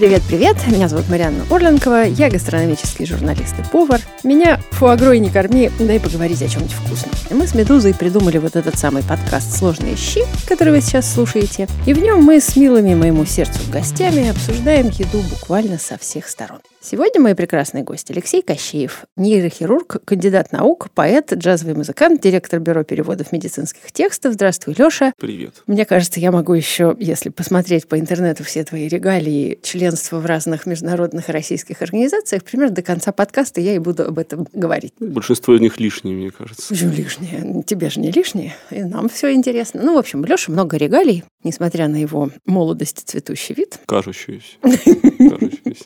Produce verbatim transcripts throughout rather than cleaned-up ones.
Привет-привет, меня зовут Марианна Орленкова, я гастрономический журналист и повар. Меня фуагрой не корми, дай поговорить о чем-нибудь вкусном. И мы с Медузой придумали вот этот самый подкаст «Сложные щи», который вы сейчас слушаете. И в нем мы с милыми моему сердцу гостями обсуждаем еду буквально со всех сторон. Сегодня мой прекрасный гость Алексей Кощеев, нейрохирург, кандидат наук, поэт, джазовый музыкант, директор бюро переводов медицинских текстов. Здравствуй, Леша. Привет. Мне кажется, я могу еще, если посмотреть по интернету все твои регалии, членство в разных международных и российских организациях, примерно до конца подкаста я и буду об этом говорить. Большинство из них лишние, мне кажется. Почему лишние? Тебе же не лишние, и нам все интересно. Ну, в общем, Леша много регалий, несмотря на его молодость и цветущий вид. Кажущуюся. Кажущуюся.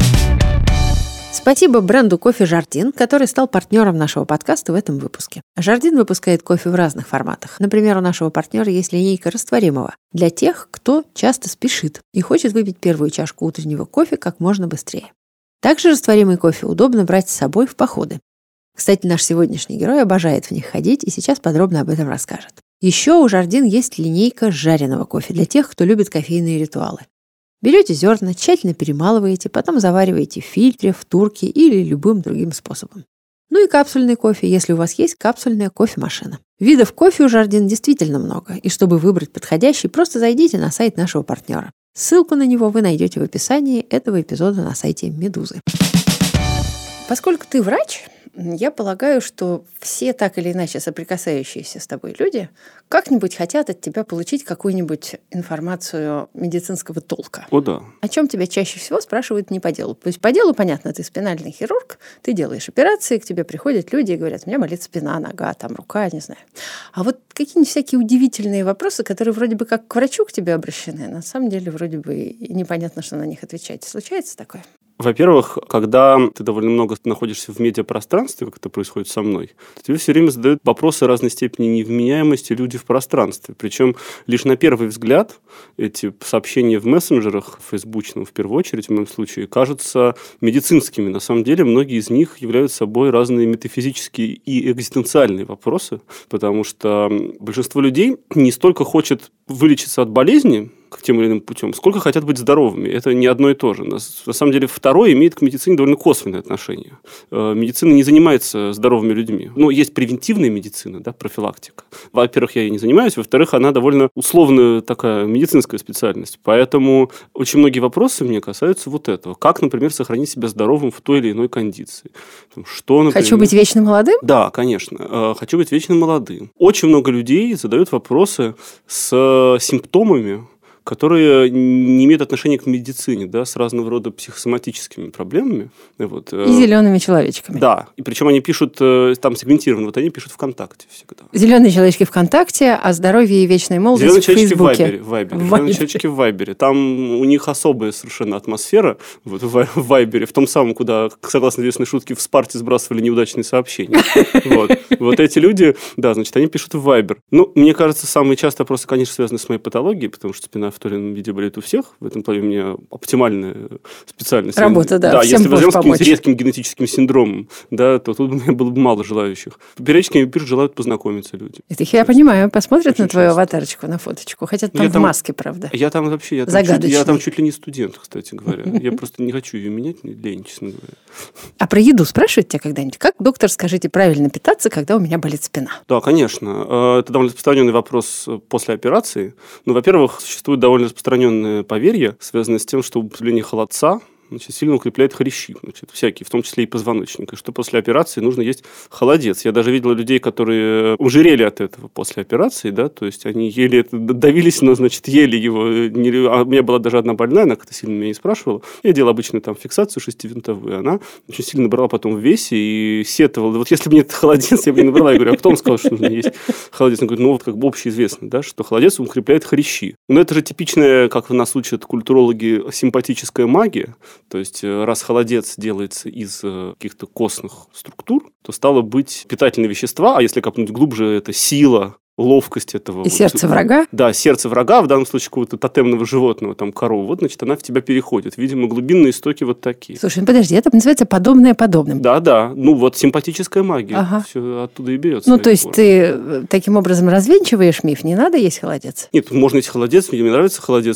Спасибо бренду кофе «Жардин», который стал партнером нашего подкаста в этом выпуске. «Жардин» выпускает кофе в разных форматах. Например, у нашего партнера есть линейка растворимого для тех, кто часто спешит и хочет выпить первую чашку утреннего кофе как можно быстрее. Также растворимый кофе удобно брать с собой в походы. Кстати, наш сегодняшний герой обожает в них ходить и сейчас подробно об этом расскажет. Еще у «Жардин» есть линейка жареного кофе для тех, кто любит кофейные ритуалы. Берете зерна, тщательно перемалываете, потом завариваете в фильтре, в турке или любым другим способом. Ну и капсульный кофе, если у вас есть капсульная кофемашина. Видов кофе у «Жардин» действительно много, и чтобы выбрать подходящий, просто зайдите на сайт нашего партнера. Ссылку на него вы найдете в описании этого эпизода на сайте «Медузы». Поскольку ты врач, я полагаю, что все так или иначе соприкасающиеся с тобой люди как-нибудь хотят от тебя получить какую-нибудь информацию медицинского толка. О, да. О чем тебя чаще всего спрашивают не по делу. То есть по делу, понятно, ты спинальный хирург, ты делаешь операции, к тебе приходят люди и говорят, у меня болит спина, нога, там, рука, не знаю. А вот какие-нибудь всякие удивительные вопросы, которые вроде бы как к врачу к тебе обращены, на самом деле вроде бы и непонятно, что на них отвечать. Случается такое? Во-первых, когда ты довольно много находишься в медиапространстве, как это происходит со мной, тебе все время задают вопросы разной степени невменяемости люди в пространстве. Причем лишь на первый взгляд эти сообщения в мессенджерах, в фейсбучном в первую очередь, в моем случае, кажутся медицинскими. На самом деле многие из них являются собой разные метафизические и экзистенциальные вопросы, потому что большинство людей не столько хочет вылечиться от болезни, тем или иным путем, сколько хотят быть здоровыми. Это не одно и то же. На, на самом деле, второе имеет к медицине довольно косвенное отношение. Э, медицина не занимается здоровыми людьми. Ну, есть превентивная медицина, да, профилактика. Во-первых, я ей не занимаюсь. Во-вторых, она довольно условная такая медицинская специальность. Поэтому очень многие вопросы мне касаются вот этого. Как, например, сохранить себя здоровым в той или иной кондиции. Что, например... Хочу быть вечно молодым? Да, конечно. Э, хочу быть вечно молодым. Очень много людей задают вопросы с симптомами, которые не имеют отношения к медицине, да, с разного рода психосоматическими проблемами. Вот. И зелеными человечками. Да, и причем они пишут там сегментированно, вот они пишут ВКонтакте всегда. Зеленые человечки ВКонтакте, а здоровье и вечная молодость Зеленые в Фейсбуке. человечки в Вайбере. В Вайбере. В Зеленые человечки в Вайбере. Там у них особая совершенно атмосфера вот, в Вайбере, в том самом, куда, согласно известной шутке, в Спарте сбрасывали неудачные сообщения. Вот. Вот эти люди, да, значит, они пишут в Вайбер. Ну, мне кажется, самые частые вопросы, конечно, связаны с моей патологией, потому что спина в той или ином виде болит у всех. В этом плане у меня оптимальная специальность. Работа, да. Да, всем если возьмем с помочь. каким-то редким генетическим синдромом, да, то тут у меня было бы мало желающих. Периодически мне пишут, желают познакомиться люди. Это я понимаю, посмотрят Очень на твою часто. аватарочку, на фоточку. Хотя там Я в там- маске, правда. Я там вообще, я там, чуть, Загадочный. я там чуть ли не студент, кстати говоря. Я просто не хочу ее менять, мне лень, честно говоря. А про еду спрашивают тебя когда-нибудь? Как, доктор, скажите, правильно питаться, когда у меня болит спина? Да, конечно. Это довольно распространенный вопрос после операции. Ну, во-первых, существует довольно распространенное поверье, связанное с тем, что употребление холодца, значит, сильно укрепляет хрящи, значит, всякие, в том числе и позвоночник, и что после операции нужно есть холодец. Я даже видел людей, которые ужирели от этого после операции, да, то есть они ели это, давились, но, значит, ели его. Не, а у меня была даже одна больная, она как-то сильно меня не спрашивала. Я делал обычную там фиксацию шестивинтовую, она очень сильно набрала потом в весе и сетовала. Вот если бы не этот холодец, я бы не набрала. Я говорю, а кто вам сказал, что нужно есть холодец? Он говорит, ну, вот как бы общеизвестно, да, что холодец укрепляет хрящи. Но это же типичная, как нас учат культурологи, симпатическая магия. То есть, раз холодец делается из каких-то костных структур, то стало быть питательные вещества, а если копнуть глубже, это сила, ловкость этого. И сердце врага? Да, сердце врага, в данном случае какого-то тотемного животного, там, корову. Вот, значит, она в тебя переходит. Видимо, глубинные истоки вот такие. Слушай, ну подожди, это называется подобное подобным. Да, да. Ну, вот симпатическая магия. Ага. Все оттуда и берется. Ну, то есть формы. Ты таким образом развенчиваешь миф, не надо есть холодец? Нет, можно есть холодец, мне нравится холодец,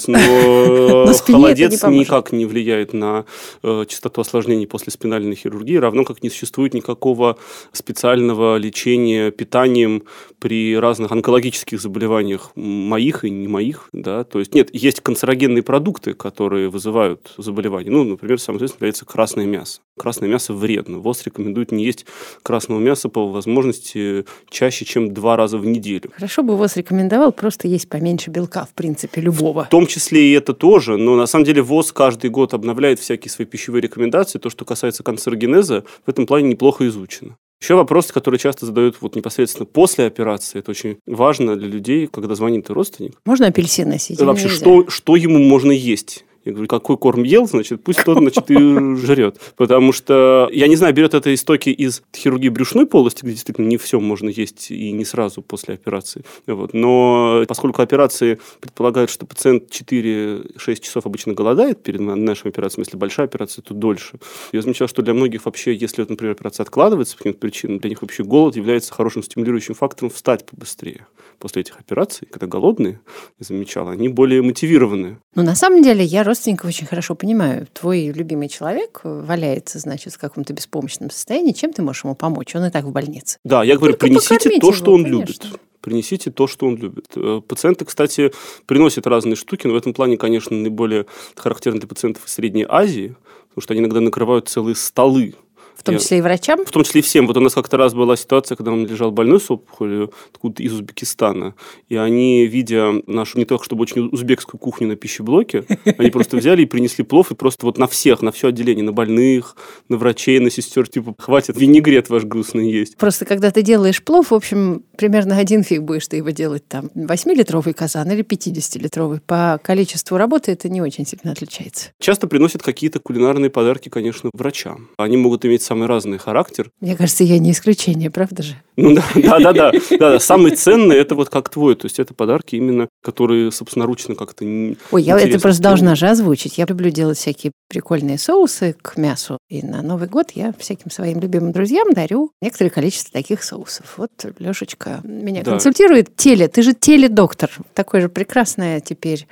но холодец никак не влияет на частоту осложнений после спинальной хирургии, равно как не существует никакого специального лечения питанием при разных онкологических заболеваниях моих и не моих, да, то есть нет, есть канцерогенные продукты, которые вызывают заболевания, ну, например, самое известное является красное мясо. Красное мясо вредно. ВОЗ рекомендует не есть красного мяса по возможности чаще, чем два раза в неделю. Хорошо бы ВОЗ рекомендовал просто есть поменьше белка, в принципе, любого. В том числе и это тоже, но на самом деле ВОЗ каждый год обновляет всякие свои пищевые рекомендации. То, что касается канцерогенеза, в этом плане неплохо изучено. Еще вопрос, который часто задают вот непосредственно после операции. Это очень важно для людей, когда звонит родственник. Можно апельсин носить? Вообще, что, что ему можно есть? Я говорю, какой корм ел, значит, пусть тот, значит, и жрет. Потому что, я не знаю, берет это истоки из хирургии брюшной полости, где действительно не все можно есть и не сразу после операции. Вот. Но поскольку операции предполагают, что пациент четыре-шесть часов обычно голодает перед нашими операциями, если большая операция, то дольше. Я замечал, что для многих вообще, если, например, операция откладывается по каким-то причинам, для них вообще голод является хорошим стимулирующим фактором встать побыстрее. После этих операций, когда голодные, я замечал, они более мотивированные. Ну, на самом деле, я родственников очень хорошо понимаю. Твой любимый человек валяется, значит, в каком-то беспомощном состоянии. Чем ты можешь ему помочь? Он и так в больнице. Да, я говорю, Только принесите то, что его, он конечно. любит. Принесите то, что он любит. Пациенты, кстати, приносят разные штуки, но в этом плане, конечно, наиболее характерно для пациентов из Средней Азии, потому что они иногда накрывают целые столы. В том числе и врачам? В том числе и всем. Вот у нас как-то раз была ситуация, когда он лежал больной с опухолью откуда-то из Узбекистана, и они, видя нашу не только чтобы очень узбекскую кухню на пищеблоке, они просто взяли и принесли плов, и просто вот на всех, на все отделение, на больных, на врачей, на сестер, типа, хватит, винегрет ваш грустный есть. Просто когда ты делаешь плов, в общем, примерно один фиг будешь ты его делать там восьмилитровый казан или пятидесятилитровый. По количеству работы это не очень сильно отличается. Часто приносят какие-то кулинарные подарки, конечно, врачам. Они могут иметь самый разный характер. Мне кажется, я не исключение, правда же? Ну да, да, да, да, да. Самый ценный это вот как твой, то есть это подарки именно, которые собственноручно как-то. Ой, я это просто должна же озвучить. Я люблю делать всякие прикольные соусы к мясу, и на Новый год я всяким своим любимым друзьям дарю некоторое количество таких соусов. Вот Лешечка меня да. консультирует. Теле, ты же теледоктор, такое же прекрасное теперь.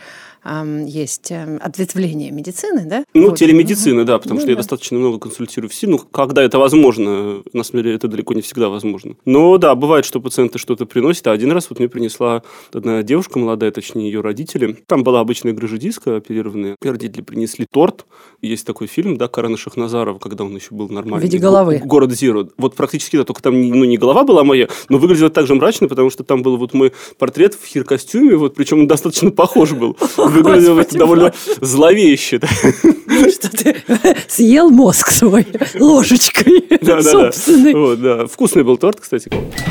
Есть ответвление медицины, да? Ну, вот. телемедицины, да, потому ну, что да. я достаточно много консультирую в СИН, ну, когда это возможно, на самом деле это далеко не всегда возможно. Но да, бывает, что пациенты что-то приносят, а один раз вот мне принесла одна девушка молодая, точнее ее родители, там была обычная грыжа диска оперированная, и родители принесли торт, есть такой фильм, да, Карена Шахназарова, когда он еще был нормальный. В виде головы. Город Зиро. Вот практически, да, только там ну, не голова была моя, но выглядело так же мрачно, потому что там был вот мой портрет в хир-костюме, вот, причем он достаточно похож был. Выглядело довольно зловеще. Что ты съел мозг свой ложечкой собственной. Вот, да. Вкусный был торт, кстати.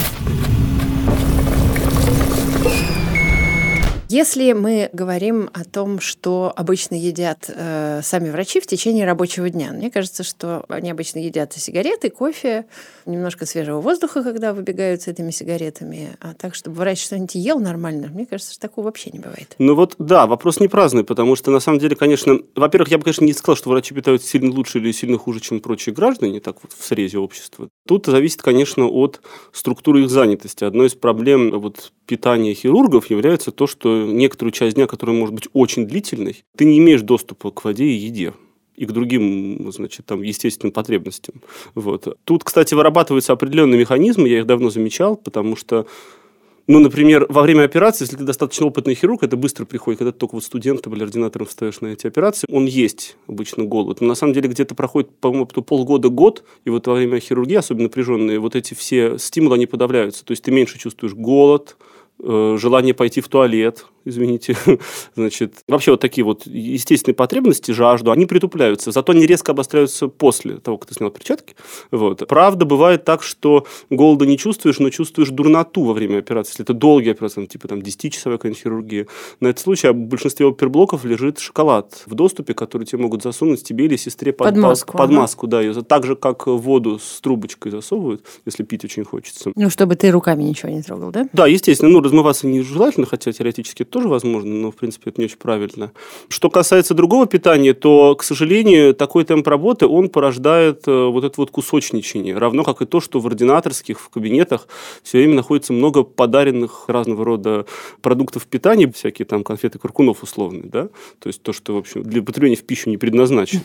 Если мы говорим о том, что обычно едят э, сами врачи в течение рабочего дня, мне кажется, что они обычно едят сигареты, кофе, немножко свежего воздуха, когда выбегают с этими сигаретами. А так, чтобы врач что-нибудь ел нормально, мне кажется, что такого вообще не бывает. Ну вот, да, вопрос не праздный, потому что, на самом деле, конечно, во-первых, я бы, конечно, не сказал, что врачи питаются сильно лучше или сильно хуже, чем прочие граждане, так вот в срезе общества. Тут зависит, конечно, от структуры их занятости. Одной из проблем вот, питания хирургов является то, что некоторую часть дня, которая может быть очень длительной, ты не имеешь доступа к воде и еде. И к другим, значит, там, естественным потребностям. Вот. Тут, кстати, вырабатываются определенные механизмы, я их давно замечал, потому что, ну, например, во время операции, если ты достаточно опытный хирург, это быстро приходит, когда ты только вот студентом или ординатором встаешь на эти операции, он есть обычно голод. Но на самом деле где-то проходит, по-моему, полгода-год, и вот во время хирургии, особенно напряженные, вот эти все стимулы, они подавляются. То есть ты меньше чувствуешь голод, желание пойти в туалет, извините, значит, вообще вот такие вот естественные потребности, жажду, они притупляются, зато они резко обостряются после того, как ты снял перчатки. Вот. Правда, бывает так, что голода не чувствуешь, но чувствуешь дурноту во время операции, если это долгие операции, типа там десятичасовая какая-нибудь хирургия. На этот случай в большинстве оперблоков лежит шоколад в доступе, который тебе могут засунуть тебе или сестре под, под маску, под ага. маску, да, ее так же, как воду с трубочкой засовывают, если пить очень хочется. Ну, чтобы ты руками ничего не трогал, да? Да, естественно, ну, размываться нежелательно, хотя теоретически это тоже возможно, но, в принципе, это не очень правильно. Что касается другого питания, то, к сожалению, такой темп работы, он порождает вот это вот кусочничание, равно как и то, что в ординаторских, в кабинетах все время находится много подаренных разного рода продуктов питания, всякие там конфеты Каркунов условные, да, то есть то, что, в общем, для употребления в пищу не предназначено,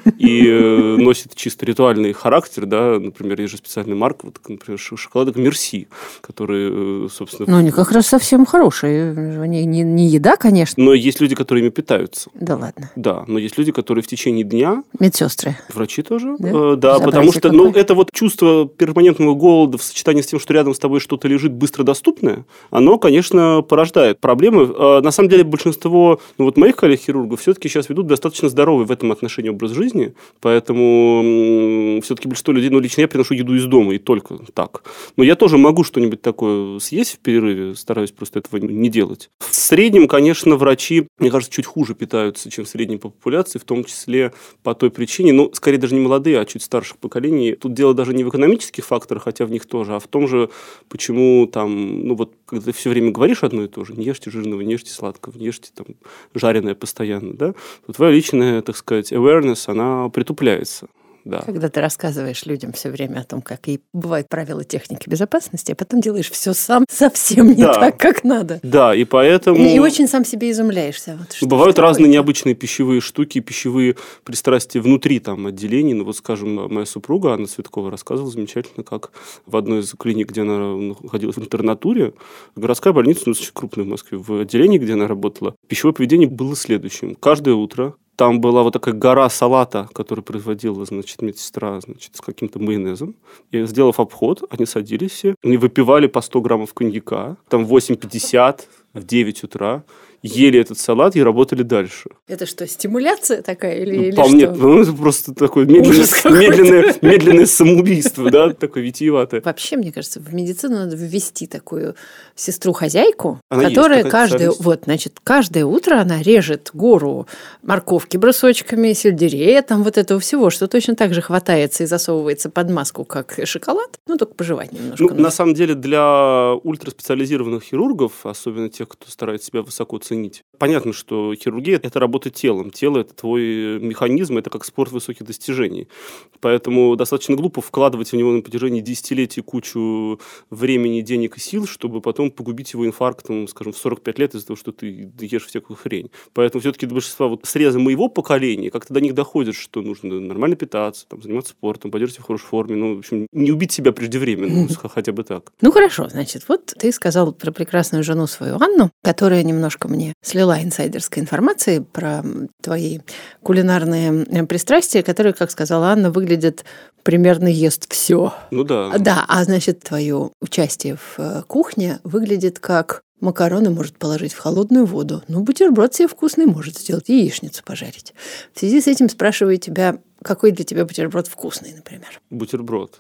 и носит чисто ритуальный характер, да, например, есть же специальная марка, вот, например, шоколадок Мерси, которые, собственно... Ну, они как раз совсем хорошие. Они не, не еда, конечно. Но есть люди, которые ими питаются. Да ладно. Да, но есть люди, которые в течение дня... Медсестры. Врачи тоже. Да, э, да потому что ну, это вот чувство перманентного голода в сочетании с тем, что рядом с тобой что-то лежит быстро доступное, оно, конечно, порождает проблемы. Э, на самом деле, большинство ну, вот моих коллег-хирургов все-таки сейчас ведут достаточно здоровый в этом отношении образ жизни, поэтому м- все-таки большинство людей, ну, лично я приношу еду из дома, и только так. Но я тоже могу что-нибудь такое съесть в перерыве, стараюсь просто этого не делать. В среднем, конечно, врачи, мне кажется, чуть хуже питаются, чем в среднем по популяции, в том числе по той причине, ну, скорее даже не молодые, а чуть старших поколений. Тут дело даже не в экономических факторах, хотя в них тоже, а в том же, почему там, ну, вот, когда ты все время говоришь одно и то же, не ешьте жирного, не ешьте сладкого, не ешьте там жареное постоянно, да, то твоя личная, так сказать, awareness, она притупляется. Да. Когда ты рассказываешь людям все время о том, как и бывают правила техники безопасности, а потом делаешь все сам совсем не да. так, как надо. Да, и поэтому... И, и очень сам себе изумляешься. Вот, что, бывают что разные такое? необычные пищевые штуки, пищевые пристрастия внутри там отделений. Ну вот, скажем, моя супруга, Анна Цветкова, рассказывала замечательно, как в одной из клиник, где она находилась в интернатуре, городская больница, ну, очень крупная в Москве, в отделении, где она работала, пищевое поведение было следующим. Каждое утро там была вот такая гора салата, которую производила, значит, медсестра, значит, с каким-то майонезом. И, сделав обход, они садились все, они выпивали по сто граммов коньяка, там в восемь пятьдесят, в девять утра, ели этот салат и работали дальше. Это что, стимуляция такая или, Ну, или по что? мне, ну, это просто такое медленное, медленное, медленное самоубийство, да, такое витиеватое. Вообще, мне кажется, в медицину надо ввести такую сестру-хозяйку, Она которая есть, такая каждое, вот, значит, каждое утро она режет гору морковки брусочками, сельдерея, там вот этого всего, что точно так же хватается и засовывается под маску, как шоколад, ну, только пожевать немножко. Ну, на самом деле, для ультраспециализированных хирургов, особенно тех, кто старается себя высоко ценить, понятно, что хирургия – это работа телом. Тело – это твой механизм, это как спорт высоких достижений. Поэтому достаточно глупо вкладывать в него на протяжении десятилетий кучу времени, денег и сил, чтобы потом погубить его инфарктом, скажем, в сорок пять лет из-за того, что ты ешь всякую хрень. Поэтому все-таки до большинства вот среза моего поколения как-то до них доходит, что нужно нормально питаться, там, заниматься спортом, поддерживать в хорошей форме, ну, в общем, не убить себя преждевременно, хотя бы так. Ну, хорошо, значит, вот ты сказал про прекрасную жену свою Анну, которая немножко мне слила инсайдерской информации про твои кулинарные пристрастия, которые, как сказала Анна, выглядят примерно ест все. Ну да. Да, а значит, твое участие в кухне выглядит как макароны может положить в холодную воду, ну, бутерброд себе вкусный может сделать, яичницу пожарить. В связи с этим спрашиваю тебя, какой для тебя бутерброд вкусный, например? Бутерброд.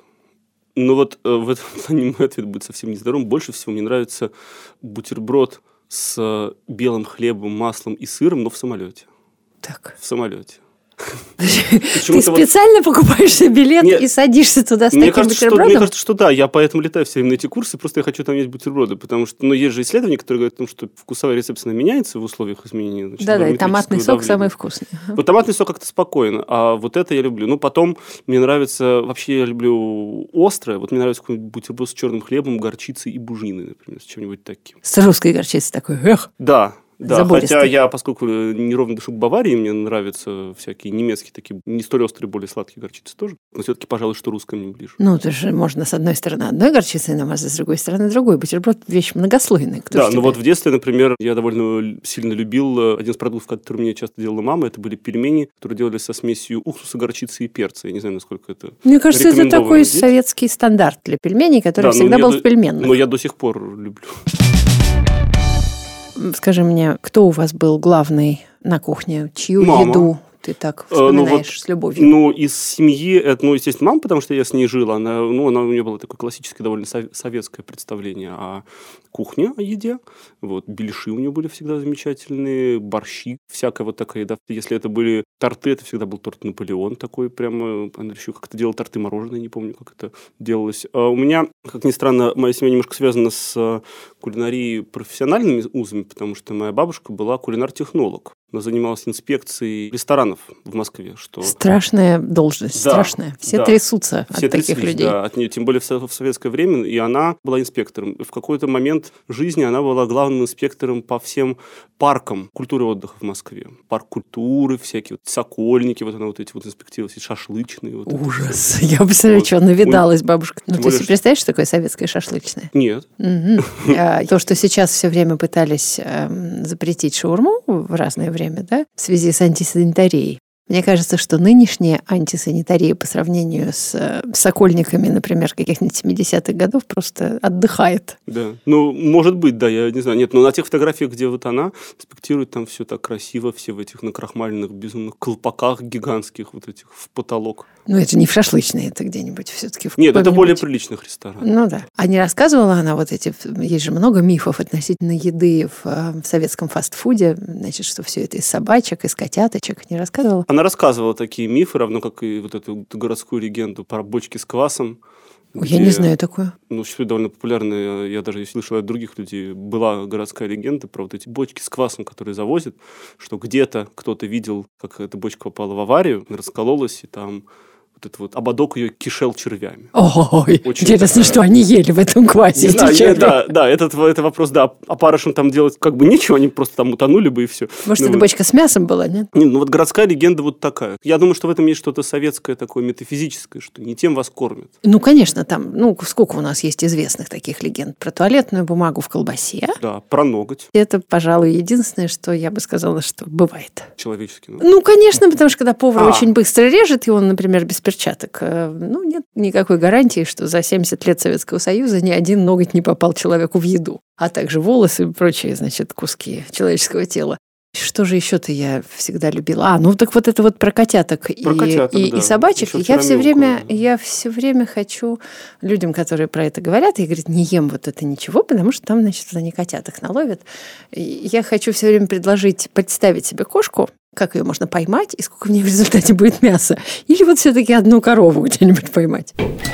Ну вот э, в этом плане мой ответ будет совсем нездоровым. Больше всего мне нравится бутерброд с белым хлебом, маслом и сыром, но в самолете. Так. В самолете. Ты специально вот... покупаешь себе билет Нет, и садишься туда с мне таким кажется, бутербродом? Что, мне кажется, что да, я поэтому летаю все время на эти курсы, просто я хочу там есть бутерброды, потому что, ну, есть же исследования, которые говорят о том, что вкусовая рецепция меняется в условиях изменения. Значит, да-да, и томатный сок давления. самый вкусный. Вот томатный сок как-то спокойно, а вот это я люблю. Ну, потом мне нравится, вообще я люблю острое, вот мне нравится какой-нибудь бутерброд с черным хлебом, горчицей и бужниной, например, с чем-нибудь таким. С русской горчицей такой, эх. Да. Да, забористый. Хотя я, поскольку неровно дышу к Баварии, мне нравятся всякие немецкие такие, не столь острые, более сладкие горчицы тоже. Но все-таки, пожалуй, что русская мне ближе. Ну, это же можно с одной стороны одной горчицей намазать, с другой стороны другой. Бутерброд – вещь многослойная. Кто да, ну вот в детстве, например, я довольно сильно любил один из продуктов, который мне часто делала мама, это были пельмени, которые делались со смесью уксуса, горчицы и перца. Я не знаю, насколько это Мне кажется, это такой здесь. советский стандарт для пельменей, который да, всегда был до... в пельменных. Но я до сих пор люблю. Скажи мне, кто у вас был главный на кухне? Чью Мама. еду ты так вспоминаешь ну, вот, с любовью? Ну, из семьи, это, ну, естественно, мама, потому что я с ней жил, она, ну, она, у нее было такое классическое, довольно советское представление о кухне, о еде. Вот, бельши у нее были всегда замечательные, борщи, всякая вот такая еда. Если это были торты, это всегда был торт Наполеон такой прямо. Она еще как-то делала торты мороженое, не помню, как это делалось. А у меня, как ни странно, моя семья немножко связана с кулинарией профессиональными узами, потому что моя бабушка была кулинар-технолог. Она занималась инспекцией ресторанов в Москве. Что... Страшная должность, да, страшная. Все да. трясутся Все от таких людей. Да, от нее, тем более в советское время, и она была инспектором. В какой-то момент жизни она была главным инспектором по всем паркам культуры и отдыха в Москве. Парк культуры, всякие вот сокольники, вот она вот эти вот инспектировала, шашлычные. Вот ужас! Я представляю, вот. Что навидалась бабушка. Ну, ты более... себе представляешь, что такое советское шашлычное? Нет. То, что сейчас все время пытались запретить шаурму в разное время, да, в связи с антисанитарией. Мне кажется, что нынешняя антисанитария по сравнению с сокольниками, например, каких-нибудь семидесятых годов просто отдыхает. Да. Ну, может быть, да, я не знаю. Нет, но на тех фотографиях, где вот она инспектирует, там все так красиво, все в этих накрахмаленных безумных колпаках гигантских, вот этих в потолок. Ну, это не в шашлычной, это где-нибудь все-таки в Нет, это более приличных ресторанах. Ну да. А не рассказывала она вот эти... Есть же много мифов относительно еды в, в советском фастфуде. Значит, что все это из собачек, из котяточек. Не рассказывала? Она рассказывала такие мифы, равно как и вот эту городскую легенду про бочки с квасом. Где, я не знаю такое. Ну, существует довольно популярная, я даже слышал от других людей, была городская легенда про вот эти бочки с квасом, которые завозят, что где-то кто-то видел, как эта бочка попала в аварию, раскололась, и там вот этот вот ободок ее кишел червями. Ой, очень интересно, такая... что они ели в этом квасе. Не знаю, я, да, да, этот, это вопрос, да, опарышам там делать как бы нечего, они просто там утонули бы и все. Может, ну, это вот. Бочка с мясом была, нет? Не, ну вот городская легенда вот такая. Я думаю, что в этом есть что-то советское такое, метафизическое, что не тем вас кормят. Ну, конечно, там, ну, сколько у нас есть известных таких легенд. Про туалетную бумагу в колбасе. Да, про ноготь. Это, пожалуй, единственное, что я бы сказала, что бывает. Человеческий ноготь. Ну, конечно, потому что когда повар а. очень быстро режет, и он, например, без перчаток, ну, нет никакой гарантии, что за семьдесят лет Советского Союза ни один ноготь не попал человеку в еду, а также волосы и прочие, значит, куски человеческого тела. Что же еще-то я всегда любила? А, ну так вот это вот про котяток, про и, котяток и, да. и собачек. Я все, время, да. я все время хочу людям, которые про это говорят, и говорят, не ем вот это ничего, потому что там, значит, они котяток наловят. И я хочу все время предложить представить себе кошку, как ее можно поймать, и сколько в ней в результате будет мяса. Или вот все-таки одну корову где-нибудь поймать.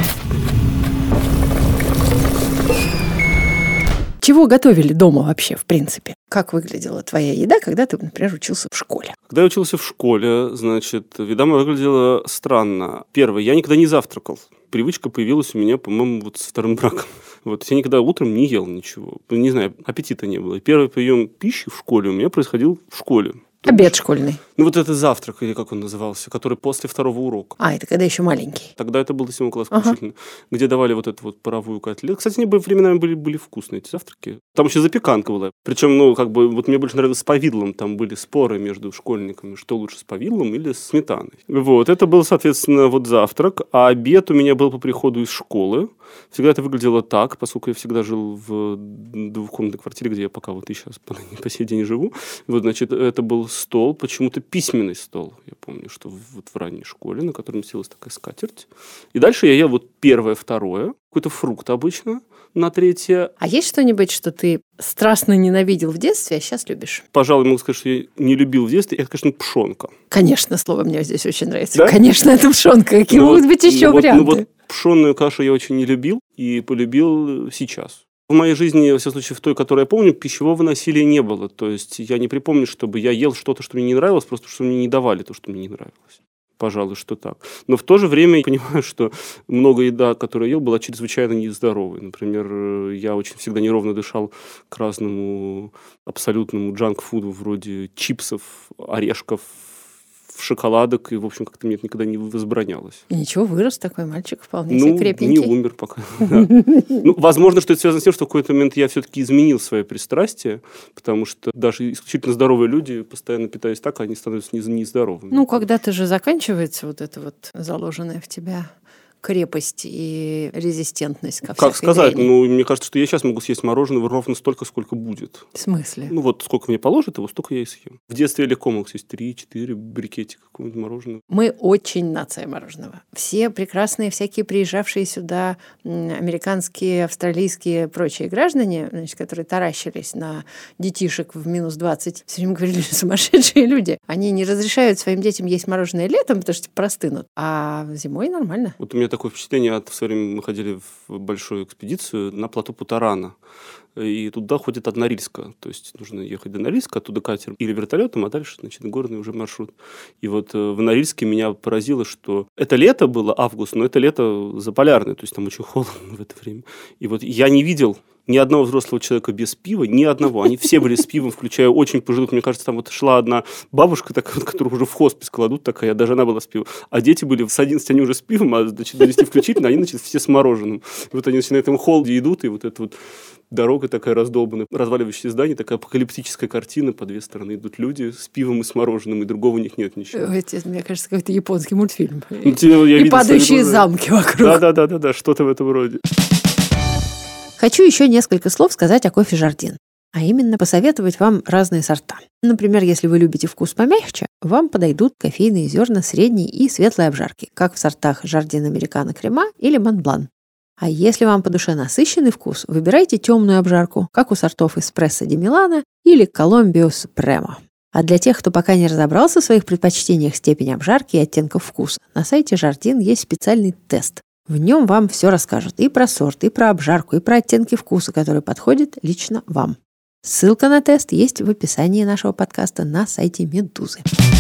Чего готовили дома вообще, в принципе? Как выглядела твоя еда, когда ты, например, учился в школе? Когда я учился в школе, значит, еда моя выглядела странно. Первое, я никогда не завтракал. Привычка появилась у меня, по-моему, вот с вторым браком. Вот, я никогда утром не ел ничего. Не знаю, аппетита не было. И первый прием пищи в школе у меня происходил в школе. Обед школьный. Ну, вот это завтрак, или как он назывался, который после второго урока. А, это когда еще маленький. Тогда это был до седьмого класса включительно. Ага. Где давали вот эту вот паровую котлету. Кстати, они временами были, были вкусные, эти завтраки. Там еще запеканка была. Причем, ну, как бы, вот мне больше нравилось с повидлом. Там были споры между школьниками, что лучше, с повидлом или с сметаной. Вот, это был, соответственно, вот завтрак. А обед у меня был по приходу из школы. Всегда это выглядело так, поскольку я всегда жил в двухкомнатной квартире, где я пока вот и сейчас по, по сей день живу. Вот, значит, это был стол, почему-то письменный стол. Я помню, что вот в ранней школе, на котором силась такая скатерть. И дальше я ел вот первое, второе, какой-то фрукт обычно, на третье. А есть что-нибудь, что ты страстно ненавидел в детстве, а сейчас любишь? Пожалуй, могу сказать, что я не любил в детстве. Это, конечно, пшенка. Конечно, слово мне здесь очень нравится. Да? Конечно, это пшенка. Какие ну могут вот, быть еще ну варианты? Вот, ну вот пшенную кашу я очень не любил и полюбил сейчас. В моей жизни, во всяком случае, в той, которую я помню, пищевого насилия не было. То есть я не припомню, чтобы я ел что-то, что мне не нравилось, просто что мне не давали то, что мне не нравилось. Пожалуй, что так. Но в то же время я понимаю, что много еда, которую я ел, была чрезвычайно нездоровой. Например, я очень всегда неровно дышал к разному абсолютному джанк-фуду вроде чипсов, орешков, шоколадок, и, в общем, как-то мне это никогда не возбранялось. И ничего, вырос такой мальчик, вполне ну, себе крепенький. Не умер пока. Ну, возможно, что это связано с тем, что в какой-то момент я все-таки изменил свое пристрастие, потому что даже исключительно здоровые люди, постоянно питаясь так, они становятся нездоровыми. Ну, когда-то же заканчивается вот это вот заложенное в тебя крепость и резистентность ко всякой Как сказать? дряни. Ну, мне кажется, что я сейчас могу съесть мороженое ровно столько, сколько будет. В смысле? Ну, вот сколько мне положат его, столько я и съем. В детстве я легко мог съесть три-четыре брикетика какого-нибудь мороженого. Мы очень нация мороженого. Все прекрасные всякие приезжавшие сюда американские, австралийские, прочие граждане, значит, которые таращились на детишек в минус двадцать, все время говорили, что сумасшедшие люди. Они не разрешают своим детям есть мороженое летом, потому что простынут, а зимой нормально. Вот у меня такое впечатление, от, в свое время мы ходили в большую экспедицию на плато Путарана. И туда ходит от Норильска. То есть нужно ехать до Норильска, оттуда катер или вертолетом, а дальше, значит, горный уже маршрут. И вот в Норильске меня поразило, что это лето было, август, но это лето заполярное, то есть там очень холодно в это время. И вот я не видел ни одного взрослого человека без пива, ни одного. Они все были с пивом, включая очень пожилых. Мне кажется, там вот шла одна бабушка, такая, которую уже в хоспис кладут, такая, даже она была с пивом. А дети были с одиннадцати, они уже с пивом, а значит, до десяти включительно, они, значит, все с мороженым. И вот они, значит, на этом холоде идут, и вот это вот дорога такая раздолбанная, разваливающееся здание, такая апокалиптическая картина, по две стороны идут люди с пивом и с мороженым, и другого у них нет ничего. Это, мне кажется, какой-то японский мультфильм. Ну, я и падающие замки вокруг. Да-да-да, что-то в этом роде. Хочу еще несколько слов сказать о кофе «Жардин», а именно посоветовать вам разные сорта. Например, если вы любите вкус помягче, вам подойдут кофейные зерна средней и светлой обжарки, как в сортах «Жардин Американо Крема» или «Монблан». А если вам по душе насыщенный вкус, выбирайте темную обжарку, как у сортов «Эспрессо ди Милано» или «Коломбио Супремо». А для тех, кто пока не разобрался в своих предпочтениях степени обжарки и оттенков вкуса, на сайте «Жардин» есть специальный тест. В нем вам все расскажут и про сорт, и про обжарку, и про оттенки вкуса, которые подходят лично вам. Ссылка на тест есть в описании нашего подкаста на сайте «Медузы».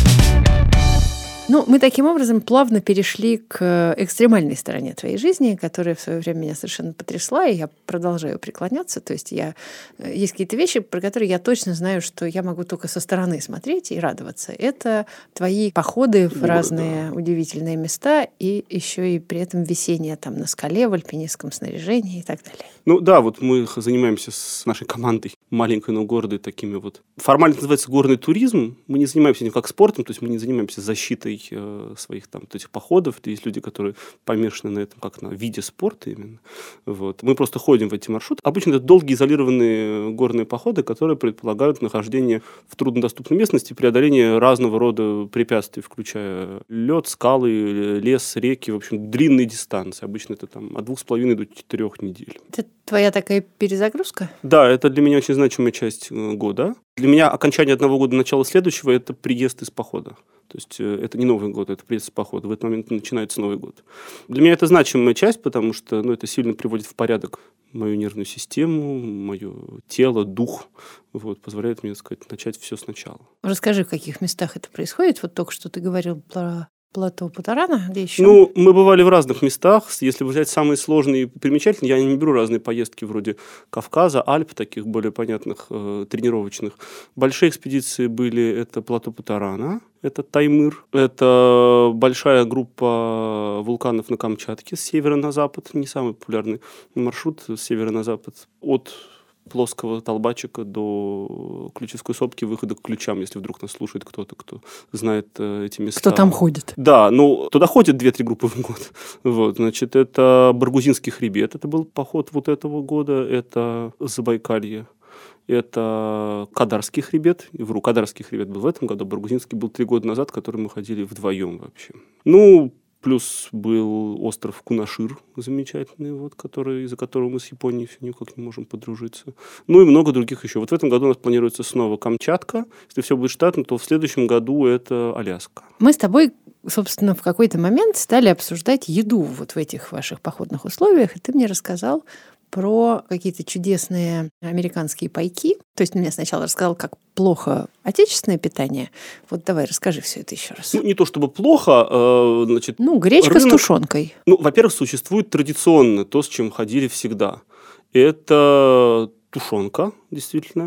Ну, мы таким образом плавно перешли к экстремальной стороне твоей жизни, которая в свое время меня совершенно потрясла, и я продолжаю преклоняться. То есть я... есть какие-то вещи, про которые я точно знаю, что я могу только со стороны смотреть и радоваться. Это твои походы в разные да. удивительные места и еще и при этом висение там на скале, в альпинистском снаряжении и так далее. Ну да, вот мы занимаемся с нашей командой, маленькой, но гордой, такими вот. Формально это называется горный туризм. Мы не занимаемся этим как спортом, то есть мы не занимаемся защитой своих там этих походов. Есть люди, которые помешаны на этом как на виде спорта именно. Вот. Мы просто ходим в эти маршруты. Обычно это долгие изолированные горные походы, которые предполагают нахождение в труднодоступной местности, преодоление разного рода препятствий, включая лед, скалы, лес, реки, в общем, длинные дистанции. Обычно это там от двух с половиной до четырех недель. Это твоя такая перезагрузка? Да, это для меня очень значимая часть года. Для меня окончание одного года, начало следующего – это приезд из похода. То есть это не Новый год, это приезд из похода. В этот момент начинается Новый год. Для меня это значимая часть, потому что ну, это сильно приводит в порядок мою нервную систему, мое тело, дух. Вот, позволяет мне, так сказать, начать все сначала. Расскажи, в каких местах это происходит. Вот только что ты говорил про плато Путарана, где еще? Ну, мы бывали в разных местах. Если взять самые сложные и примечательные, я не беру разные поездки вроде Кавказа, Альп, таких более понятных, э, тренировочных. Большие экспедиции были, это плато Путарана, это Таймыр, это большая группа вулканов на Камчатке с севера на запад, не самый популярный маршрут с севера на запад, от Плоского Толбачика до Ключевской сопки, выхода к Ключам, если вдруг нас слушает кто-то, кто знает э, эти места. Кто там ходит? Да, ну, туда ходят две-три группы в год. Вот, значит, это Баргузинский хребет, это был поход вот этого года, это Забайкалье, это Кадарский хребет, вру, Кадарский хребет был в этом году, Баргузинский был три года назад, который мы ходили вдвоем вообще. Ну, плюс был остров Кунашир замечательный, вот, который, из-за которого мы с Японией все никак не можем подружиться. Ну и много других еще. Вот в этом году у нас планируется снова Камчатка. Если все будет штатно, то в следующем году это Аляска. Мы с тобой, собственно, в какой-то момент стали обсуждать еду вот в этих ваших походных условиях, и ты мне рассказал про какие-то чудесные американские пайки. То есть ты мне сначала рассказал, как плохо отечественное питание. Вот давай расскажи все это еще раз. Ну, не то чтобы плохо, э, значит... Ну, гречка рынок, с тушенкой. Ну, во-первых, существует традиционно то, с чем ходили всегда. Это тушенка, действительно.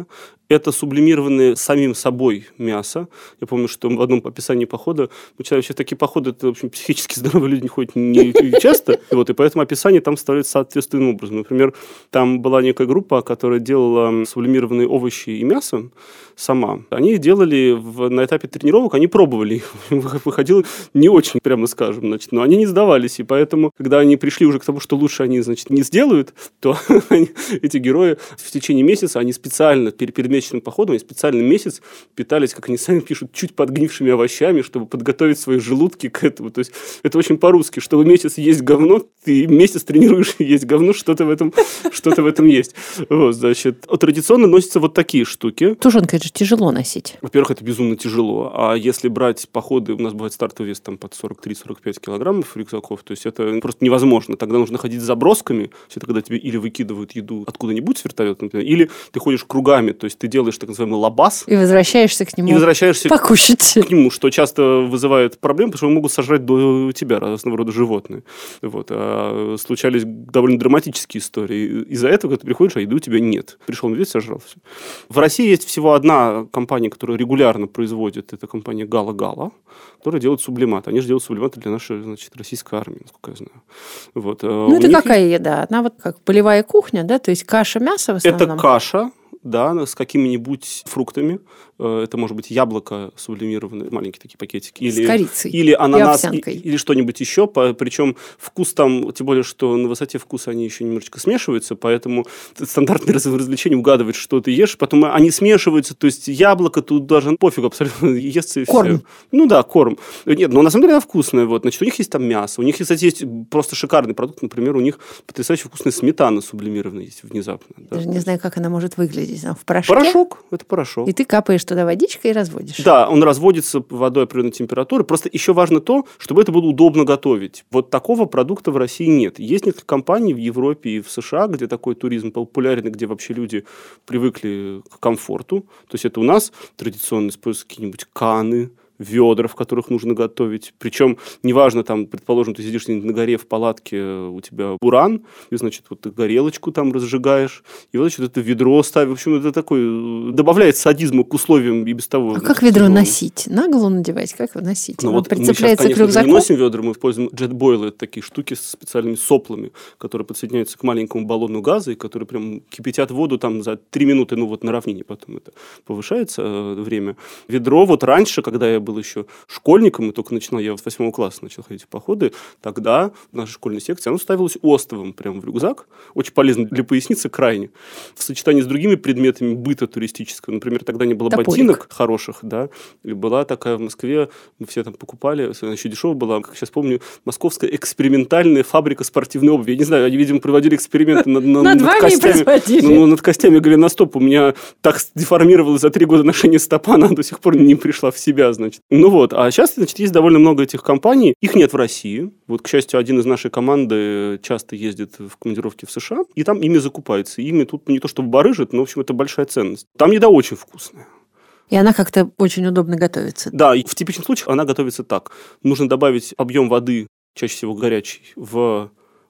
Это сублимированное самим собой мясо. Я помню, что в одном описании похода, мы читали, вообще такие походы, это, в общем, психически здоровые люди не ходят не часто, вот, и поэтому описание там ставится соответственным образом. Например, там была некая группа, которая делала сублимированные овощи и мясо сама. Они их делали в, на этапе тренировок, они пробовали их. Выходило не очень, прямо скажем, значит, но они не сдавались, и поэтому, когда они пришли уже к тому, что лучше они, значит, не сделают, то они, эти герои в течение месяца, они специально перед, перед месячным походом, они специально месяц питались, как они сами пишут, чуть подгнившими овощами, чтобы подготовить свои желудки к этому. То есть это очень по-русски, чтобы месяц есть говно, ты месяц тренируешь есть говно, что-то в этом, что-то в этом есть. Вот, значит, традиционно носятся вот такие штуки. Тушенка это же тяжело носить. Во-первых, это безумно тяжело. А если брать походы, у нас бывает стартовый вес там под сорок три - сорок пять килограммов рюкзаков, то есть это просто невозможно. Тогда нужно ходить с забросками. Это когда тебе или выкидывают еду откуда-нибудь с вертолета, например, или ты ходишь кругами, то есть ты делаешь так называемый лабаз. И возвращаешься к нему. И возвращаешься покушать. К нему, что часто вызывает проблемы, потому что могут сожрать до тебя разного рода животные. Вот. А случались довольно драматические истории. Из-за этого, когда ты приходишь, а еды у тебя нет. Пришел медведь, сожрал все. В России есть всего одна компания, которая регулярно производит, это компания Гала-Гала, которая делает сублимат. Они же делают сублиматы для нашей, значит, российской армии, насколько я знаю. Вот. Ну, это какая есть... еда? Она вот как полевая кухня, да? То есть каша, мясо в основном? Это каша, да, с какими-нибудь фруктами. Это может быть яблоко сублимированное, маленькие такие пакетики. Или, с корицей. Или ананас, и и, или что-нибудь еще. Причем вкус там, тем более, что на высоте вкуса они еще немножечко смешиваются, поэтому стандартное развлечение угадывать, что ты ешь. Потом они смешиваются, то есть яблоко тут даже пофиг абсолютно естся и корм. Все. Ну да, корм. Нет, но на самом деле она вкусная. Вот. Значит, у них есть там мясо. У них, кстати, есть просто шикарный продукт. Например, у них потрясающе вкусная сметана сублимированная есть внезапно. Да. Даже не знаю, как она может выглядеть. Она в порошке? Порошок. Это порошок. И ты капаешь туда водичкой и разводишь. Да, он разводится водой определенной температуры. Просто еще важно то, чтобы это было удобно готовить. Вот такого продукта в России нет. Есть несколько компаний в Европе и в США, где такой туризм популярен, где вообще люди привыкли к комфорту. То есть это у нас традиционно используются какие-нибудь каны, ведра, в которых нужно готовить. Причем, неважно, там, предположим, ты сидишь на горе в палатке, у тебя буран, и, значит, вот ты горелочку там разжигаешь, и вот, значит, это ведро ставишь. В общем, это такой... Добавляет садизма к условиям и без того... А как ведро носить? На голову надевать? Как его носить? Ну, Он вот прицепляется мы сейчас, конечно, к рюкзаку? не носим ведра, мы используем джетбойлы, это такие штуки с специальными соплами, которые подсоединяются к маленькому баллону газа, и которые прям кипятят воду там за три минуты, ну, вот на равнине потом это повышается э, время. Ведро вот раньше, когда я был еще школьником, и только начинал, я с восьмого класса начал ходить в походы, тогда в нашей школьной секции оно ставилось остовом прямо в рюкзак. Очень полезно для поясницы крайне. В сочетании с другими предметами быта туристического, например, тогда не было Топорик. Ботинок хороших, да, и была такая в Москве, мы все там покупали, она еще дешевая была, как сейчас помню, московская экспериментальная фабрика спортивной обуви. Я не знаю, они, видимо, проводили эксперименты над, над, над, над костями. Ну, над костями голеностоп. У меня так деформировалось за три года ношения стопа, она до сих пор не пришла в себя, значит. Ну вот, а сейчас, значит, есть довольно много этих компаний. Их нет в России. Вот, к счастью, один из нашей команды часто ездит в командировки в США, и там ими закупается. Ими тут не то чтобы барыжит, но, в общем, это большая ценность. Там еда очень вкусная. И она как-то очень удобно готовится. Да, и в типичных случаях она готовится так. Нужно добавить объем воды, чаще всего горячий, в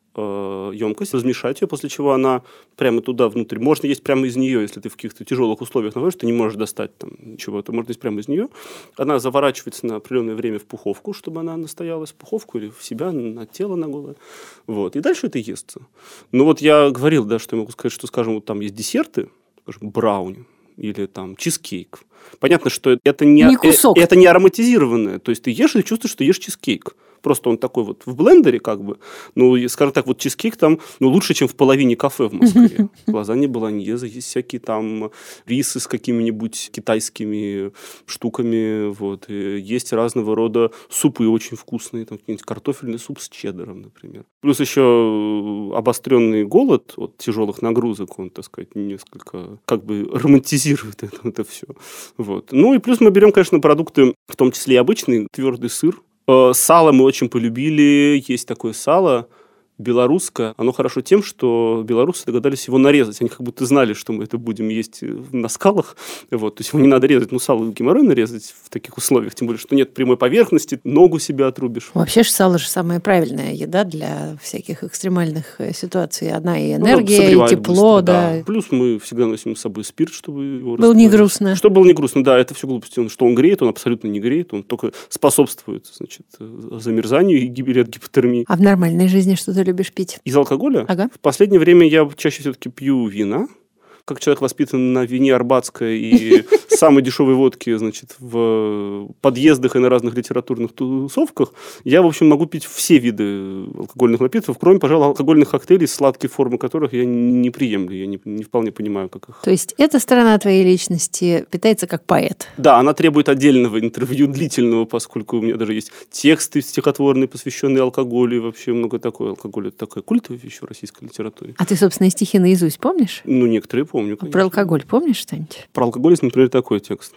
емкость, размешать ее, после чего она прямо туда внутрь. Можно есть прямо из нее, если ты в каких-то тяжелых условиях находишься, ты не можешь достать там чего-то, можно есть прямо из нее. Она заворачивается на определенное время в пуховку, чтобы она настоялась в пуховку или в себя, на тело, на голое. Вот. И дальше это естся. Ну вот я говорил, да, что я могу сказать, что, скажем, вот там есть десерты, скажем, брауни или там чизкейк. Понятно, что это не, не кусок. Э, это не ароматизированное. То есть ты ешь и чувствуешь, что ешь чизкейк. Просто он такой вот в блендере, как бы. Ну, скажем так, вот чизкейк там ну, лучше, чем в половине кафе в Москве. Лазанья, болоньеза, есть всякие там рисы с какими-нибудь китайскими штуками. Вот. И есть разного рода супы очень вкусные. Там какой-нибудь картофельный суп с чеддером, например. Плюс еще обостренный голод от тяжелых нагрузок, он, так сказать, несколько как бы романтизирует это, это все. Вот. Ну и плюс мы берем, конечно, продукты, в том числе и обычный твердый сыр. Сало мы очень полюбили. Есть такое сало, белорусское, оно хорошо тем, что белорусы догадались его нарезать. Они как будто знали, что мы это будем есть на скалах. Вот. То есть его не надо резать, ну, сало геморрой нарезать в таких условиях, тем более, что нет прямой поверхности, ногу себя отрубишь. Вообще же сало же самая правильная еда для всяких экстремальных ситуаций. Одна и энергия, ну, и тепло, быстро, да. да. Плюс мы всегда носим с собой спирт, чтобы его Было не грустно. Что было не грустно, да, это все глупости. Что он греет, он абсолютно не греет, он только способствует, значит, замерзанию и гибели от гипотермии. А в нормальной жизни что ты любишь пить? Из алкоголя? Ага. В последнее время я чаще все-таки пью вина. Как человек, воспитан на вине арбатской и самой дешевой водки, значит, в подъездах и на разных литературных тусовках, я, в общем, могу пить все виды алкогольных напитков, кроме, пожалуй, алкогольных коктейлей, сладкие формы которых я не приемлю, я не, не вполне понимаю, как их... То есть эта сторона твоей личности питается как поэт? Да, она требует отдельного интервью, длительного, поскольку у меня даже есть тексты стихотворные, посвященные алкоголю, и вообще много такое. Алкоголь – это такая культовая вещь в российской литературе. А ты, собственно, стихи наизусть помнишь? Ну, некоторые помню, конечно. Про алкоголь помнишь что-нибудь? Про алкоголь есть, например, такой текст.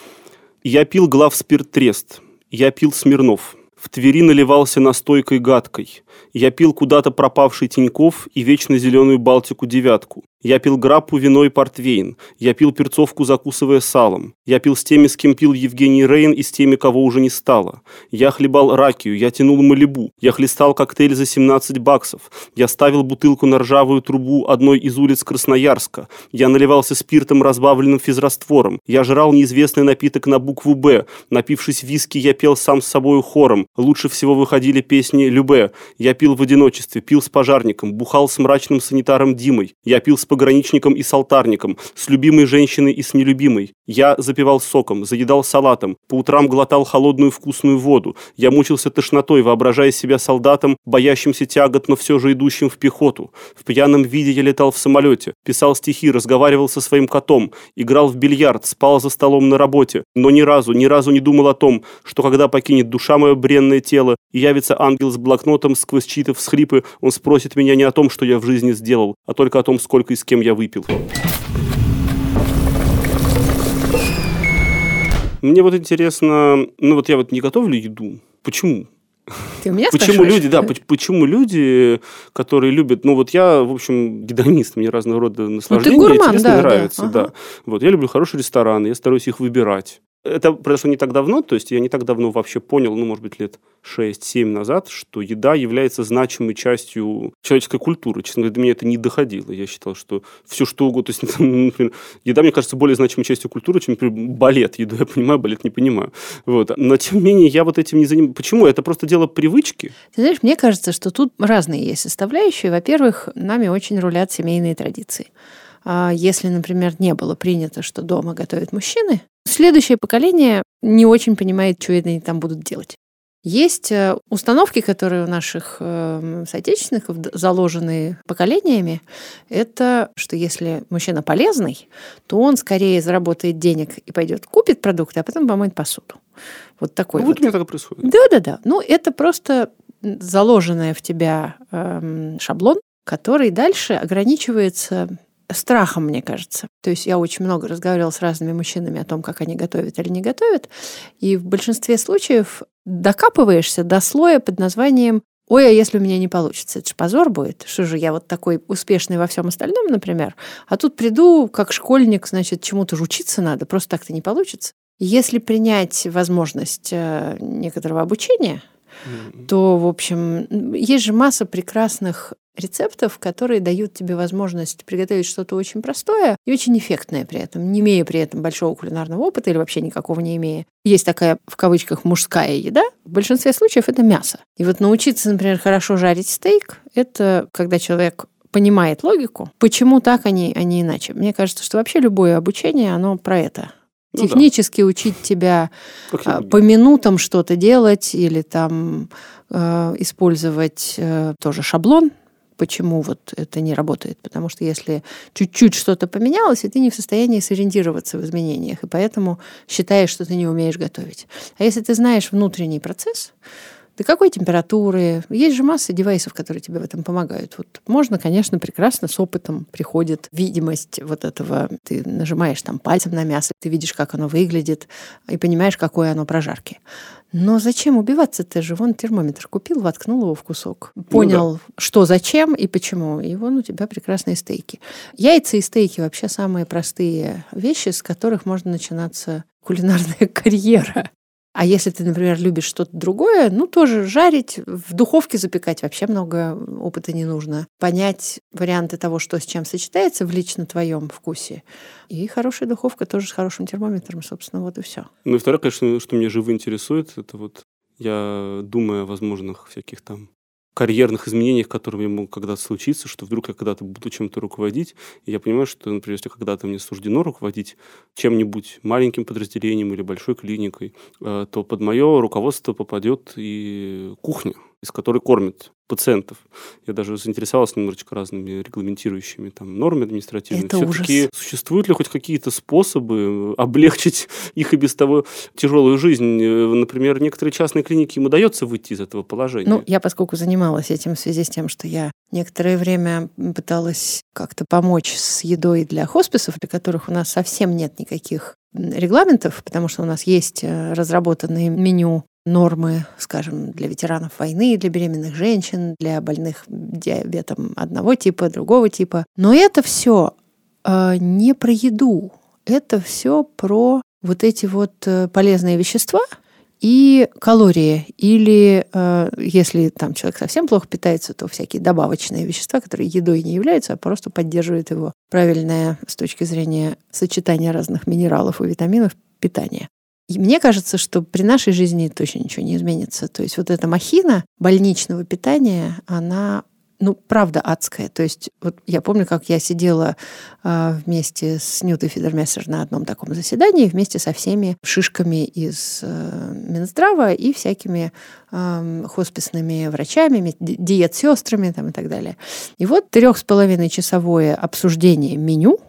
«Я пил главспирт Трест, я пил Смирнов, в Твери наливался настойкой гадкой, я пил куда-то пропавший Тиньков и вечно зеленую Балтику девятку. Я пил граппу, вино и портвейн. Я пил перцовку, закусывая салом. Я пил с теми, с кем пил Евгений Рейн, и с теми, кого уже не стало. Я хлебал ракию, я тянул малибу. Я хлестал коктейль за семнадцать баксов. Я ставил бутылку на ржавую трубу одной из улиц Красноярска. Я наливался спиртом, разбавленным физраствором. Я жрал неизвестный напиток на букву «Б». Напившись виски, я пел сам с собою хором. Лучше всего выходили песни Любе. Я пил в одиночестве, пил с пожарником, бухал с мрачным санитаром Димой. Я пил с пограничником и с алтарником, с любимой женщиной и с нелюбимой. Я запивал соком, заедал салатом, по утрам глотал холодную вкусную воду. Я мучился тошнотой, воображая себя солдатом, боящимся тягот, но все же идущим в пехоту. В пьяном виде я летал в самолете, писал стихи, разговаривал со своим котом, играл в бильярд, спал за столом на работе, но ни разу, ни разу не думал о том, что когда покинет душа мое бренное тело и явится ангел с блокнотом сквозь чьи-то всхлипы, он спросит меня не о том, что я в жизни сделал, а только о том, сколько и с кем я выпил. Мне вот интересно, ну вот я вот не готовлю еду. Почему? Ты у меня почему спрашиваешь? люди, да, почему люди, которые любят, ну вот я, в общем, гедонист, мне разного рода наслаждения ну, гурман, интересно да, нравится, да. да. Ага. Вот я люблю хорошие рестораны, я стараюсь их выбирать. Это произошло не так давно, то есть я не так давно вообще понял, ну, может быть, лет шесть-семь назад, что еда является значимой частью человеческой культуры. Честно говоря, до меня это не доходило. Я считал, что все что угодно, то есть, например, еда, мне кажется, более значимой частью культуры, чем, например, балет. Еду я понимаю, балет не понимаю. Вот. Но, тем не менее, я вот этим не занимаюсь. Почему? Это просто дело привычки. Ты знаешь, мне кажется, что тут разные есть составляющие. Во-первых, нами очень рулят семейные традиции. Если, например, не было принято, что дома готовят мужчины, следующее поколение не очень понимает, что они там будут делать. Есть установки, которые у наших э, соотечественников заложены поколениями. Это, что если мужчина полезный, то он скорее заработает денег и пойдет купит продукты, а потом помоет посуду. Вот такой ну, вот. Вот у меня так и происходит. Да-да-да. Ну, это просто заложенный в тебя э, шаблон, который дальше ограничивается страхом, мне кажется. То есть я очень много разговаривала с разными мужчинами о том, как они готовят или не готовят, и в большинстве случаев докапываешься до слоя под названием «Ой, а если у меня не получится? Это же позор будет. Что же я вот такой успешный во всем остальном, например, а тут приду как школьник, значит, чему-то же учиться надо, просто так-то не получится». Если принять возможность некоторого обучения, то, в общем, есть же масса прекрасных рецептов, которые дают тебе возможность приготовить что-то очень простое и очень эффектное при этом, не имея при этом большого кулинарного опыта или вообще никакого не имея. Есть такая, в кавычках, мужская еда. В большинстве случаев это мясо. И вот научиться, например, хорошо жарить стейк, это когда человек понимает логику, почему так, а не, а не иначе. Мне кажется, что вообще любое обучение, оно про это. Ну, технически да. учить тебя а, по минутам что-то делать или там э, использовать э, тоже шаблон. Почему вот это не работает? Потому что если чуть-чуть что-то поменялось, и ты не в состоянии сориентироваться в изменениях, и поэтому считаешь, что ты не умеешь готовить. А если ты знаешь внутренний процесс, до какой температуры. Есть же масса девайсов, которые тебе в этом помогают. Вот можно, конечно, прекрасно с опытом приходит видимость вот этого. Ты нажимаешь там пальцем на мясо, ты видишь, как оно выглядит, и понимаешь, какое оно прожарки. Но зачем убиваться? Ты же вон термометр купил, воткнул его в кусок. Понял, ну, да. что, зачем и почему. И вон у тебя прекрасные стейки. Яйца и стейки вообще самые простые вещи, с которых можно начинаться кулинарная карьера. А если ты, например, любишь что-то другое, ну, тоже жарить, в духовке запекать вообще много опыта не нужно. Понять варианты того, что с чем сочетается в лично твоем вкусе. И хорошая духовка тоже с хорошим термометром, собственно, вот и все. Ну и второе, конечно, что меня живо интересует, это вот я думаю о возможных всяких там карьерных изменениях, которые могут когда-то случиться, что вдруг я когда-то буду чем-то руководить, и я понимаю, что, например, если когда-то мне суждено руководить чем-нибудь маленьким подразделением или большой клиникой, то под мое руководство попадет и кухня, из которой кормят пациентов. Я даже заинтересовался немножечко разными регламентирующими там, нормами административными. Это Все-таки ужас. Существуют ли хоть какие-то способы облегчить их и без того тяжелую жизнь? Например, некоторые частные клиники, им удается выйти из этого положения. Ну, я, поскольку занималась этим в связи с тем, что я некоторое время пыталась как-то помочь с едой для хосписов, для которых у нас совсем нет никаких регламентов, потому что у нас есть разработанные меню, нормы, скажем, для ветеранов войны, для беременных женщин, для больных диабетом одного типа, другого типа. Но это все э, не про еду. Это все про вот эти вот полезные вещества и калории. Или, э, если там человек совсем плохо питается, то всякие добавочные вещества, которые едой не являются, а просто поддерживают его правильное с точки зрения сочетания разных минералов и витаминов питание. И мне кажется, что при нашей жизни точно ничего не изменится. То есть вот эта махина больничного питания, она, ну, правда адская. То есть вот я помню, как я сидела э, вместе с Нютой Фидермессер на одном таком заседании, вместе со всеми шишками из э, Минздрава и всякими э, хосписными врачами, диет-сестрами там, и так далее. И вот трех с половиной часовое обсуждение меню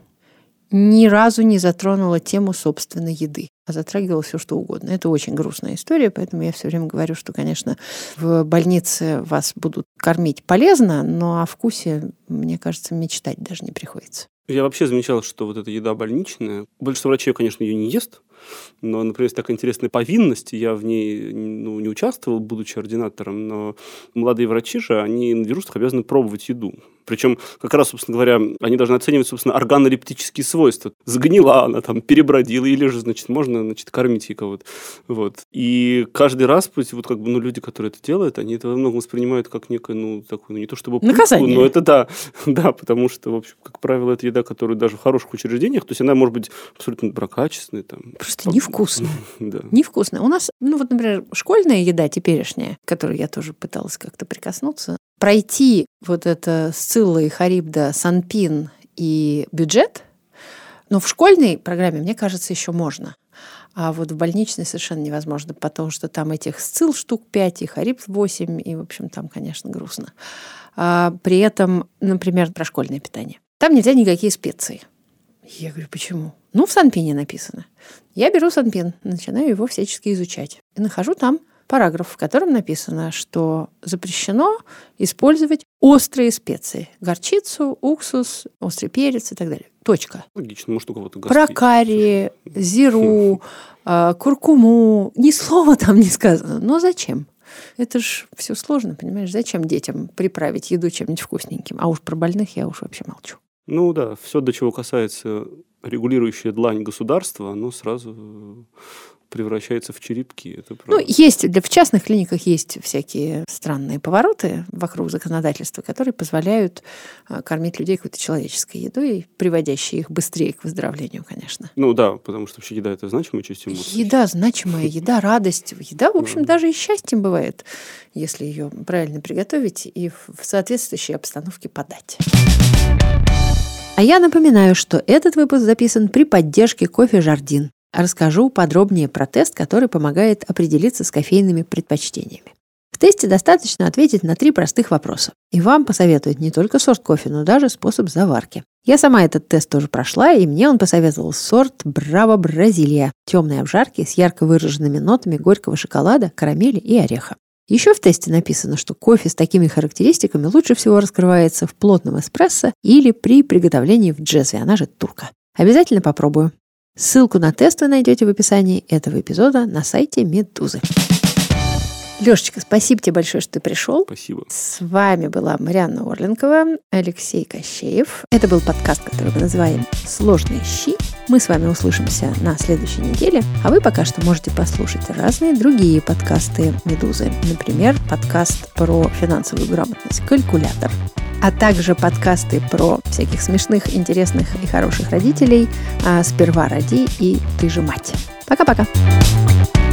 ни разу не затронула тему собственной еды, а затрагивала все, что угодно. Это очень грустная история, поэтому я все время говорю, что, конечно, в больнице вас будут кормить полезно, но о вкусе, мне кажется, мечтать даже не приходится. Я вообще замечал, что вот эта еда больничная, большинство врачей, конечно, ее не ест, но, например, есть такая интересная повинность, я в ней ну, не участвовал, будучи ординатором, но молодые врачи же, они на дежурствах обязаны пробовать еду. Причем, как раз, собственно говоря, они должны оценивать, собственно, органолептические свойства. Сгнила она, там, перебродила, или же, значит, можно, значит, кормить ей кого-то. Вот. И каждый раз, вот, как бы, ну, люди, которые это делают, они это во многом воспринимают как некое, ну, такое, ну, не то чтобы пытку, наказание. Но это да, да, потому что, в общем, как правило, это еда, которую даже в хороших учреждениях, то есть она может быть абсолютно доброкачественной. Там, Просто по... невкусная. Да. Невкусная. У нас, ну, вот, например, школьная еда теперешняя, к которой я тоже пыталась как-то прикоснуться, пройти вот это Сцилла и Харибда, Санпин и бюджет, но в школьной программе, мне кажется, еще можно. А вот в больничной совершенно невозможно, потому что там этих Сцилл штук пять, и Харибд восемь, и, в общем, там, конечно, грустно. А при этом, например, про школьное питание. Там нельзя никакие специи. Я говорю, почему? Ну, в Санпине написано. Я беру Санпин, начинаю его всячески изучать. И нахожу там параграф, в котором написано, что запрещено использовать острые специи. Горчицу, уксус, острый перец и так далее. Точка. Логично, может, у кого-то Про карри, зиру, куркуму. Ни слова там не сказано. Но зачем? Это ж все сложно, понимаешь? Зачем детям приправить еду чем-нибудь вкусненьким? А уж про больных я уж вообще молчу. Ну да, все, до чего касается регулирующая длань государства, оно сразу превращается в черепки. Это правда. Ну, есть, в частных клиниках есть всякие странные повороты вокруг законодательства, которые позволяют кормить людей какой-то человеческой едой, приводящей их быстрее к выздоровлению, конечно. Ну да, потому что вообще еда – это значимая часть эмоций. Еда значимая, еда – радость. Еда, в общем, даже и счастьем бывает, если ее правильно приготовить и в соответствующей обстановке подать. А я напоминаю, что этот выпуск записан при поддержке кофе «Жардин». Расскажу подробнее про тест, который помогает определиться с кофейными предпочтениями. В тесте достаточно ответить на три простых вопроса. И вам посоветуют не только сорт кофе, но даже способ заварки. Я сама этот тест тоже прошла, и мне он посоветовал сорт Браво Бразилия. Темной обжарки с ярко выраженными нотами горького шоколада, карамели и ореха. Еще в тесте написано, что кофе с такими характеристиками лучше всего раскрывается в плотном эспрессо или при приготовлении в джезве, она же турка. Обязательно попробую. Ссылку на тест вы найдете в описании этого эпизода на сайте Медузы. Лешечка, спасибо тебе большое, что ты пришел. Спасибо. С вами была Марианна Орленкова, Алексей Кощеев. Это был подкаст, который мы называем «Сложные щи». Мы с вами услышимся на следующей неделе, а вы пока что можете послушать разные другие подкасты «Медузы». Например, подкаст про финансовую грамотность «Калькулятор», а также подкасты про всяких смешных, интересных и хороших родителей «Сперва роди» и «Ты же мать». Пока-пока!